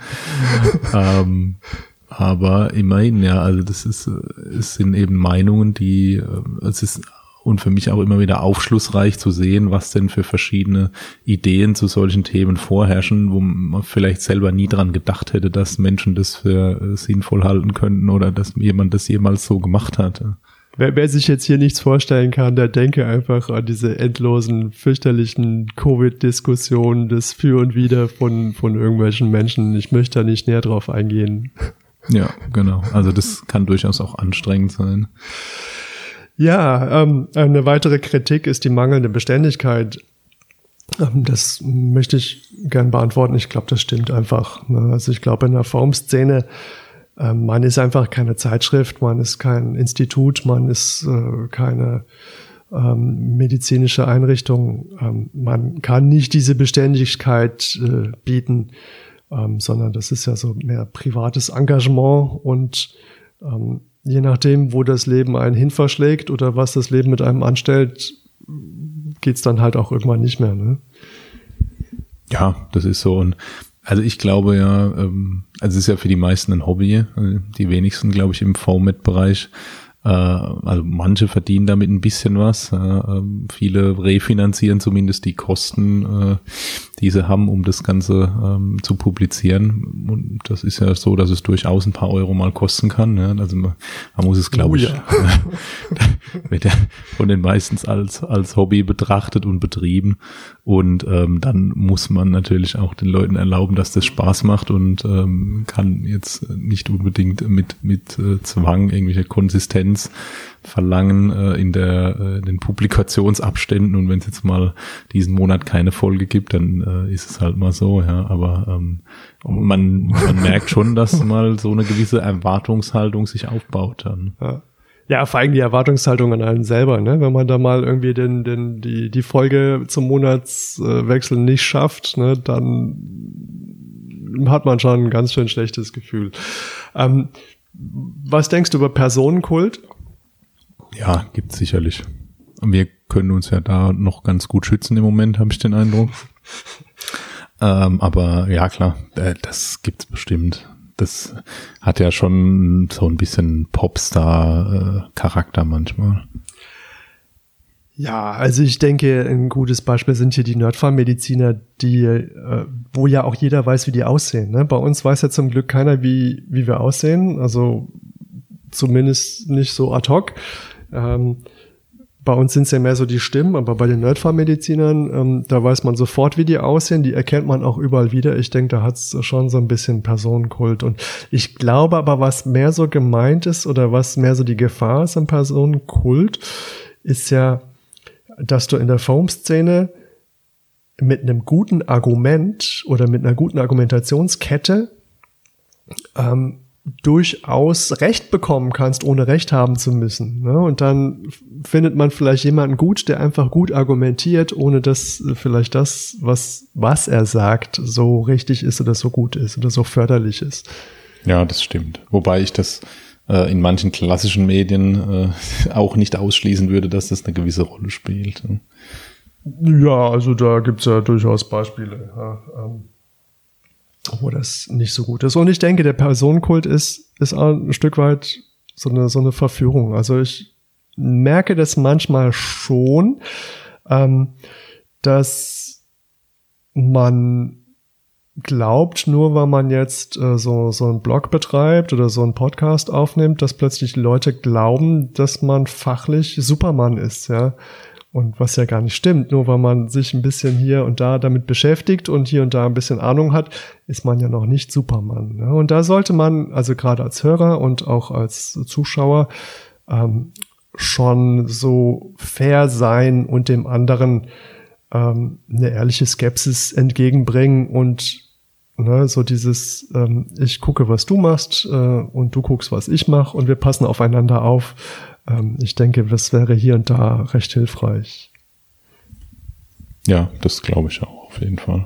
Aber immerhin, ja, also es sind eben Meinungen, es ist und für mich auch immer wieder aufschlussreich zu sehen, was denn für verschiedene Ideen zu solchen Themen vorherrschen, wo man vielleicht selber nie dran gedacht hätte, dass Menschen das für sinnvoll halten könnten oder dass jemand das jemals so gemacht hat. Wer sich jetzt hier nichts vorstellen kann, der denke einfach an diese endlosen, fürchterlichen Covid-Diskussionen, das Für und Wider von irgendwelchen Menschen. Ich möchte da nicht näher drauf eingehen. Ja, genau. Also das kann durchaus auch anstrengend sein. Ja, eine weitere Kritik ist die mangelnde Beständigkeit. Das möchte ich gern beantworten. Ich glaube, das stimmt einfach. Also ich glaube, in der Foam-Szene, man ist einfach keine Zeitschrift, man ist kein Institut, man ist keine medizinische Einrichtung. Man kann nicht diese Beständigkeit bieten, sondern das ist ja so mehr privates Engagement und je nachdem, wo das Leben einen hin verschlägt oder was das Leben mit einem anstellt, geht's dann halt auch irgendwann nicht mehr, ne? Ja, das ist so. Und also ich glaube ja, also es ist ja für die meisten ein Hobby, die wenigsten, glaube ich, im VMed-Bereich. Also manche verdienen damit ein bisschen was. Viele refinanzieren zumindest die Kosten, die sie haben, um das Ganze zu publizieren. Und das ist ja so, dass es durchaus ein paar Euro mal kosten kann. Ja? Also man muss es, glaube ich, wird ja von den meistens als Hobby betrachtet und betrieben. Und dann muss man natürlich auch den Leuten erlauben, dass das Spaß macht und kann jetzt nicht unbedingt mit Zwang irgendwelche Konsistenz Konsistenz verlangen in den Publikationsabständen, und wenn es jetzt mal diesen Monat keine Folge gibt, dann ist es halt mal so, ja, aber man merkt schon, dass mal so eine gewisse Erwartungshaltung sich aufbaut dann. Ja, vor allem die Erwartungshaltung an einen selber, ne? Wenn man da mal irgendwie die Folge zum Monatswechsel nicht schafft, ne, dann hat man schon ein ganz schön schlechtes Gefühl. Was denkst du über Personenkult? Ja, gibt's sicherlich. Wir können uns ja da noch ganz gut schützen im Moment, habe ich den Eindruck. Aber ja, klar, das gibt's bestimmt. Das hat ja schon so ein bisschen Popstar-Charakter manchmal. Ja, also ich denke, ein gutes Beispiel sind hier die Nerdfarm-Mediziner, die, wo ja auch jeder weiß, wie die aussehen. Ne? Bei uns weiß ja zum Glück keiner, wie wir aussehen. Also zumindest nicht so ad hoc. Bei uns sind es ja mehr so die Stimmen, aber bei den Nerdfarm-Medizinern, da weiß man sofort, wie die aussehen. Die erkennt man auch überall wieder. Ich denke, da hat es schon so ein bisschen Personenkult. Und ich glaube aber, was mehr so gemeint ist oder was mehr so die Gefahr ist am Personenkult, ist ja, dass du in der Foam-Szene mit einem guten Argument oder mit einer guten Argumentationskette durchaus Recht bekommen kannst, ohne Recht haben zu müssen. Ne? Und dann findet man vielleicht jemanden gut, der einfach gut argumentiert, ohne dass vielleicht das, was er sagt, so richtig ist oder so gut ist oder so förderlich ist. Ja, das stimmt. Wobei ich das in manchen klassischen Medien auch nicht ausschließen würde, dass das eine gewisse Rolle spielt. Ja, also da gibt's ja durchaus Beispiele, wo das nicht so gut ist. Und ich denke, der Personenkult ist auch ein Stück weit so eine Verführung. Also ich merke das manchmal schon, dass man glaubt, nur weil man jetzt so einen Blog betreibt oder so einen Podcast aufnimmt, dass plötzlich Leute glauben, dass man fachlich Superman ist, ja. Und was ja gar nicht stimmt, nur weil man sich ein bisschen hier und da damit beschäftigt und hier und da ein bisschen Ahnung hat, ist man ja noch nicht Superman. Ne? Und da sollte man, also gerade als Hörer und auch als Zuschauer, schon so fair sein und dem anderen eine ehrliche Skepsis entgegenbringen und so dieses, ich gucke, was du machst und du guckst, was ich mache und wir passen aufeinander auf. Ich denke, das wäre hier und da recht hilfreich. Ja, das glaube ich auch auf jeden Fall.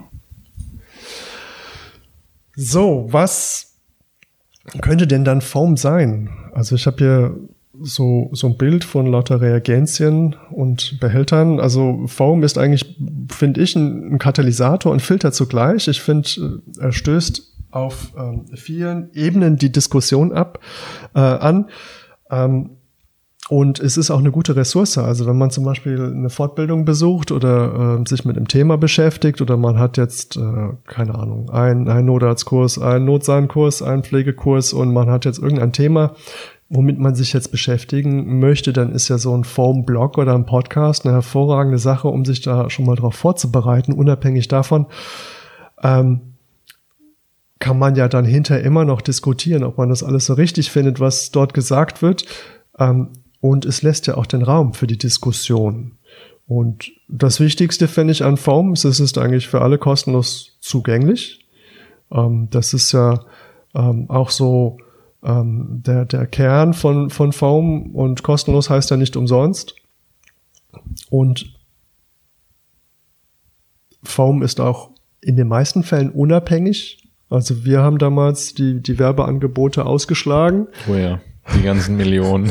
So, was könnte denn dann Foam sein? Also ich habe hier so ein Bild von lauter Reagenzien und Behältern. Also Foam ist eigentlich, finde ich, ein Katalysator und Filter zugleich. Ich finde, er stößt auf vielen Ebenen die Diskussion an. Und es ist auch eine gute Ressource. Also wenn man zum Beispiel eine Fortbildung besucht oder sich mit einem Thema beschäftigt oder man hat jetzt, keine Ahnung, einen Notarztkurs, einen Notsahnkurs, einen Pflegekurs und man hat jetzt irgendein Thema, womit man sich jetzt beschäftigen möchte, dann ist ja so ein Foam-Blog oder ein Podcast eine hervorragende Sache, um sich da schon mal drauf vorzubereiten. Unabhängig davon kann man ja dann hinterher immer noch diskutieren, ob man das alles so richtig findet, was dort gesagt wird. Und es lässt ja auch den Raum für die Diskussion. Und das Wichtigste finde ich an Foam, es ist eigentlich für alle kostenlos zugänglich. Das ist ja auch so der Kern von Foam und kostenlos heißt ja nicht umsonst. Und Foam ist auch in den meisten Fällen unabhängig. Also wir haben damals die Werbeangebote ausgeschlagen. Oh ja. Die ganzen Millionen.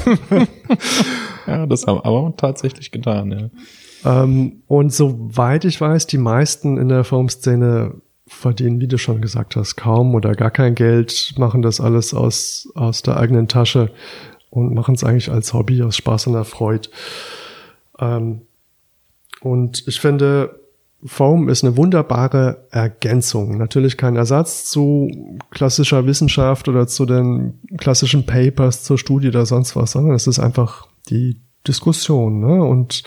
Ja, das haben wir aber tatsächlich getan, ja. Und soweit ich weiß, die meisten in der Foam-Szene verdienen, wie du schon gesagt hast, kaum oder gar kein Geld, machen das alles aus der eigenen Tasche und machen es eigentlich als Hobby, aus Spaß und Freude. Und ich finde, Foam ist eine wunderbare Ergänzung. Natürlich kein Ersatz zu klassischer Wissenschaft oder zu den klassischen Papers zur Studie oder sonst was, sondern es ist einfach die Diskussion, ne? Und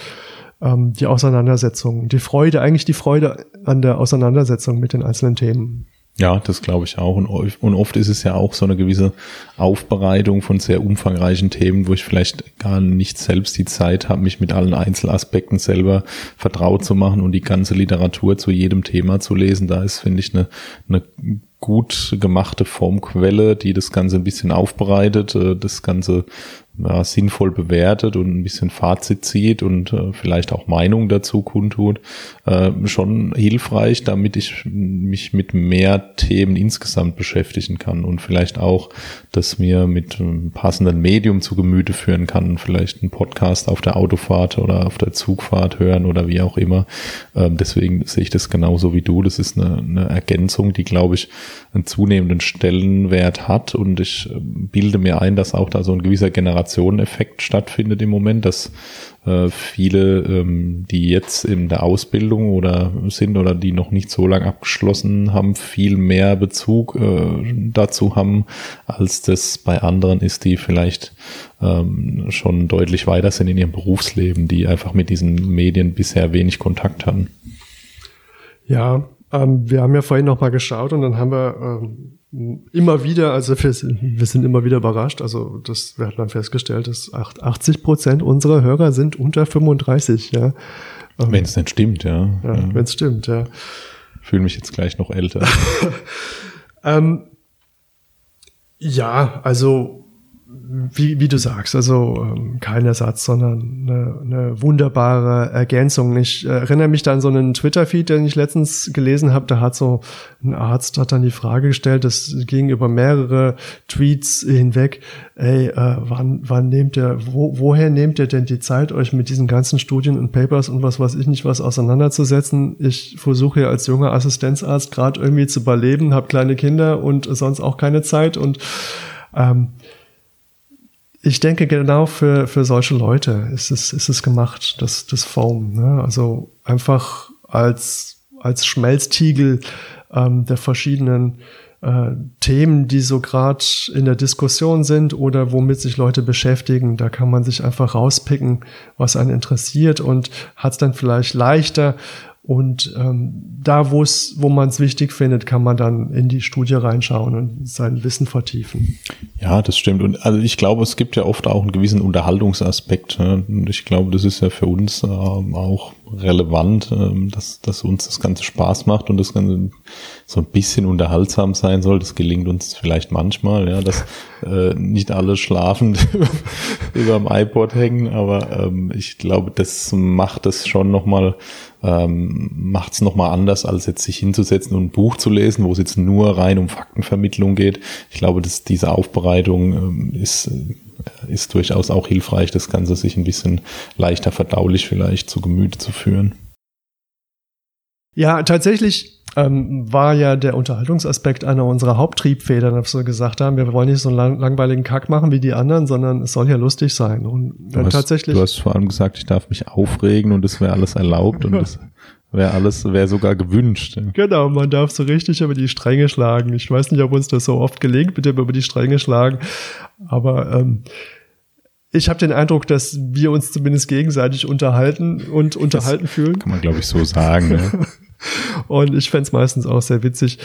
die Auseinandersetzung, die Freude an der Auseinandersetzung mit den einzelnen Themen. Ja, das glaube ich auch. Und oft ist es ja auch so eine gewisse Aufbereitung von sehr umfangreichen Themen, wo ich vielleicht gar nicht selbst die Zeit habe, mich mit allen Einzelaspekten selber vertraut zu machen und die ganze Literatur zu jedem Thema zu lesen. Da ist, finde ich, eine gut gemachte Formquelle, die das Ganze ein bisschen aufbereitet, das Ganze sinnvoll bewertet und ein bisschen Fazit zieht und vielleicht auch Meinung dazu kundtut, schon hilfreich, damit ich mich mit mehr Themen insgesamt beschäftigen kann und vielleicht auch das mir mit einem passenden Medium zu Gemüte führen kann, vielleicht einen Podcast auf der Autofahrt oder auf der Zugfahrt hören oder wie auch immer. Deswegen sehe ich das genauso wie du. Das ist eine Ergänzung, die, glaube ich, einen zunehmenden Stellenwert hat, und ich bilde mir ein, dass auch da so ein gewisser Generationeneffekt stattfindet im Moment, dass viele, die jetzt in der Ausbildung oder sind oder die noch nicht so lange abgeschlossen haben, viel mehr Bezug dazu haben, als das bei anderen ist, die vielleicht schon deutlich weiter sind in ihrem Berufsleben, die einfach mit diesen Medien bisher wenig Kontakt hatten. Ja, wir haben ja vorhin noch mal geschaut und dann haben wir immer wieder, also wir sind immer wieder überrascht, also wir haben dann festgestellt, dass 80% unserer Hörer sind unter 35, ja. Wenn es nicht stimmt, ja. Ja, wenn es stimmt, ja. Fühle mich jetzt gleich noch älter. Ja, also wie du sagst, also kein Ersatz, sondern eine wunderbare Ergänzung. Ich erinnere mich da an so einen Twitter-Feed, den ich letztens gelesen habe. Da hat so ein Arzt dann die Frage gestellt, das ging über mehrere Tweets hinweg, wann nehmt ihr, woher nehmt ihr denn die Zeit, euch mit diesen ganzen Studien und Papers und was weiß ich nicht was auseinanderzusetzen? Ich versuche ja als junger Assistenzarzt gerade irgendwie zu überleben, habe kleine Kinder und sonst auch keine Zeit, und ich denke, genau für solche Leute ist es gemacht, das Foam, ne? Also einfach als Schmelztiegel der verschiedenen Themen, die so gerade in der Diskussion sind oder womit sich Leute beschäftigen. Da kann man sich einfach rauspicken, was einen interessiert, und hat es dann vielleicht leichter. Und da, wo man es wichtig findet, kann man dann in die Studie reinschauen und sein Wissen vertiefen. Ja, das stimmt. Und also ich glaube, es gibt ja oft auch einen gewissen Unterhaltungsaspekt. Ne? Und ich glaube, das ist ja für uns auch relevant, dass uns das Ganze Spaß macht und das Ganze so ein bisschen unterhaltsam sein soll. Das gelingt uns vielleicht manchmal, ja, dass nicht alle schlafend über dem iPod hängen, aber ich glaube, das macht es schon nochmal, macht es nochmal anders, als jetzt sich hinzusetzen und ein Buch zu lesen, wo es jetzt nur rein um Faktenvermittlung geht. Ich glaube, dass diese Aufbereitung ist durchaus auch hilfreich, das Ganze sich ein bisschen leichter verdaulich vielleicht zu Gemüte zu führen. Ja, tatsächlich war ja der Unterhaltungsaspekt einer unserer Haupttriebfedern, dass wir gesagt haben, wir wollen nicht so einen langweiligen Kack machen wie die anderen, sondern es soll ja lustig sein. Und du hast vor allem gesagt, ich darf mich aufregen und es wäre alles erlaubt und das wäre sogar gewünscht. Genau, man darf so richtig über die Stränge schlagen. Ich weiß nicht, ob uns das so oft gelingt, mit dem über die Stränge schlagen, aber ich habe den Eindruck, dass wir uns zumindest gegenseitig unterhalten fühlen. Kann man, glaube ich, so sagen. Ne? Und ich fänd's meistens auch sehr witzig.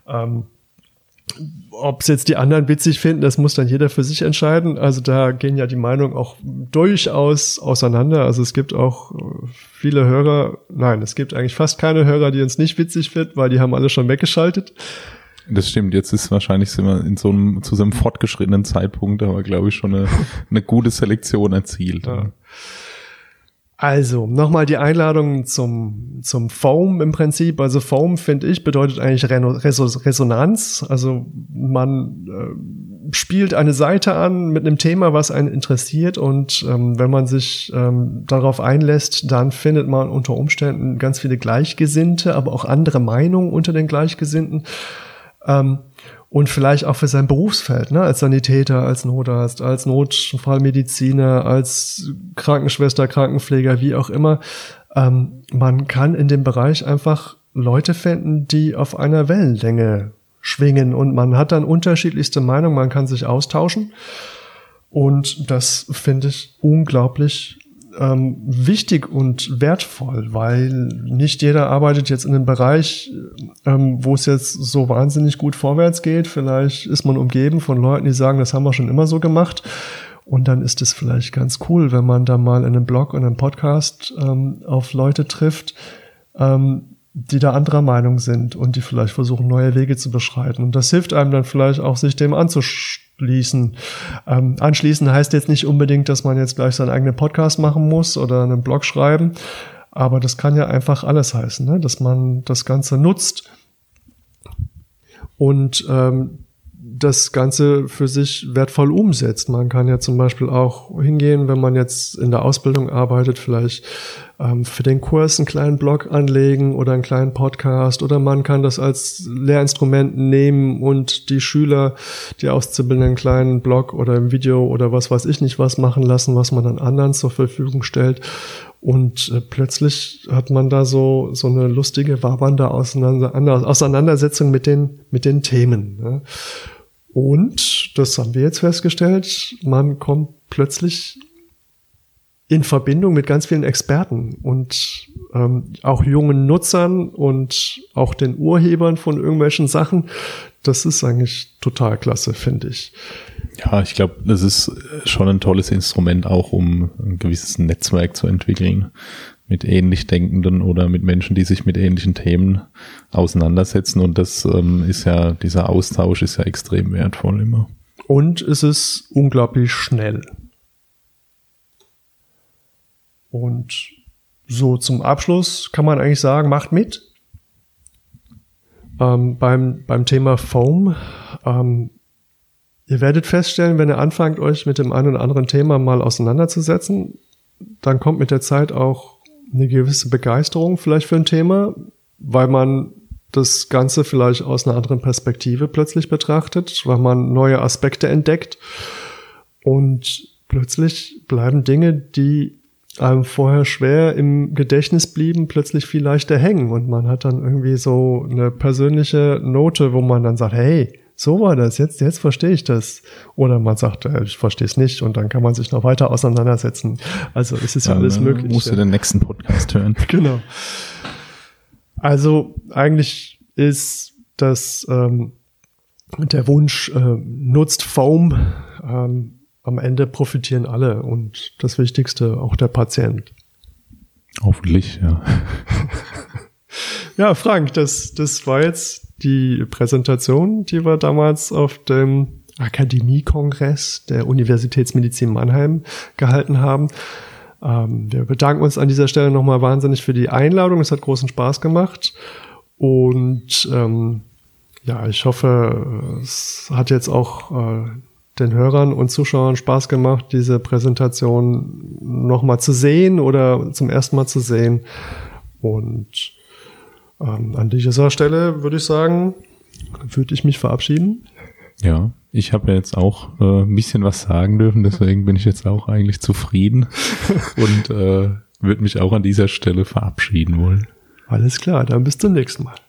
Ob es jetzt die anderen witzig finden, das muss dann jeder für sich entscheiden. Also da gehen ja die Meinungen auch durchaus auseinander. Also es gibt auch viele Hörer, es gibt eigentlich fast keine Hörer, die uns nicht witzig finden, weil die haben alle schon weggeschaltet. Das stimmt, jetzt ist wahrscheinlich sind wir zu so einem fortgeschrittenen Zeitpunkt, aber glaube ich schon eine gute Selektion erzielt. Ja. Also, nochmal die Einladung zum Foam im Prinzip. Also Foam, finde ich, bedeutet eigentlich Resonanz. Also man spielt eine Seite an mit einem Thema, was einen interessiert, und wenn man sich darauf einlässt, dann findet man unter Umständen ganz viele Gleichgesinnte, aber auch andere Meinungen unter den Gleichgesinnten. Und vielleicht auch für sein Berufsfeld, ne, als Sanitäter, als Notarzt, als Notfallmediziner, als Krankenschwester, Krankenpfleger, wie auch immer. Man kann in dem Bereich einfach Leute finden, die auf einer Wellenlänge schwingen, und man hat dann unterschiedlichste Meinungen, man kann sich austauschen, und das finde ich unglaublich wichtig und wertvoll, weil nicht jeder arbeitet jetzt in einem Bereich, wo es jetzt so wahnsinnig gut vorwärts geht. Vielleicht ist man umgeben von Leuten, die sagen, das haben wir schon immer so gemacht. Und dann ist es vielleicht ganz cool, wenn man da mal in einem Blog und einem Podcast auf Leute trifft, die da anderer Meinung sind und die vielleicht versuchen, neue Wege zu beschreiten. Und das hilft einem dann vielleicht auch, sich dem anzuschließen. Anschließen heißt jetzt nicht unbedingt, dass man jetzt gleich seinen eigenen Podcast machen muss oder einen Blog schreiben, aber das kann ja einfach alles heißen, ne? Dass man das Ganze nutzt und das Ganze für sich wertvoll umsetzt. Man kann ja zum Beispiel auch hingehen, wenn man jetzt in der Ausbildung arbeitet, vielleicht für den Kurs einen kleinen Blog anlegen oder einen kleinen Podcast, oder man kann das als Lehrinstrument nehmen und die Schüler, die Auszubildenden, einen kleinen Blog oder ein Video oder was weiß ich nicht was machen lassen, was man dann anderen zur Verfügung stellt. Und plötzlich hat man da so eine lustige, wabernde Auseinandersetzung mit den Themen, ne? Und, das haben wir jetzt festgestellt, man kommt plötzlich in Verbindung mit ganz vielen Experten und auch jungen Nutzern und auch den Urhebern von irgendwelchen Sachen. Das ist eigentlich total klasse, finde ich. Ja, ich glaube, das ist schon ein tolles Instrument auch, um ein gewisses Netzwerk zu entwickeln mit ähnlich Denkenden oder mit Menschen, die sich mit ähnlichen Themen auseinandersetzen. Und das ist ja, dieser Austausch ist ja extrem wertvoll immer. Und es ist unglaublich schnell. Und so zum Abschluss kann man eigentlich sagen, macht mit. Beim Thema Foam. Ihr werdet feststellen, wenn ihr anfangt, euch mit dem einen oder anderen Thema mal auseinanderzusetzen, dann kommt mit der Zeit auch eine gewisse Begeisterung vielleicht für ein Thema, weil man das Ganze vielleicht aus einer anderen Perspektive plötzlich betrachtet, weil man neue Aspekte entdeckt und plötzlich bleiben Dinge, die einem vorher schwer im Gedächtnis blieben, plötzlich viel leichter hängen und man hat dann irgendwie so eine persönliche Note, wo man dann sagt, hey, so war das, jetzt verstehe ich das. Oder man sagt, ich verstehe es nicht und dann kann man sich noch weiter auseinandersetzen. Also es ist ja alles möglich. Musst du den nächsten Podcast hören. Genau. Also eigentlich ist das der Wunsch, nutzt Foam. Am Ende profitieren alle und das Wichtigste, auch der Patient. Hoffentlich, ja. Ja, Frank, das war jetzt die Präsentation, die wir damals auf dem Akademiekongress der Universitätsmedizin Mannheim gehalten haben. Wir bedanken uns an dieser Stelle nochmal wahnsinnig für die Einladung. Es hat großen Spaß gemacht. Und ich hoffe, es hat jetzt auch den Hörern und Zuschauern Spaß gemacht, diese Präsentation nochmal zu sehen oder zum ersten Mal zu sehen. Und an dieser Stelle würde ich mich verabschieden. Ja, ich habe ja jetzt auch ein bisschen was sagen dürfen, deswegen bin ich jetzt auch eigentlich zufrieden und würde mich auch an dieser Stelle verabschieden wollen. Alles klar, dann bis zum nächsten Mal.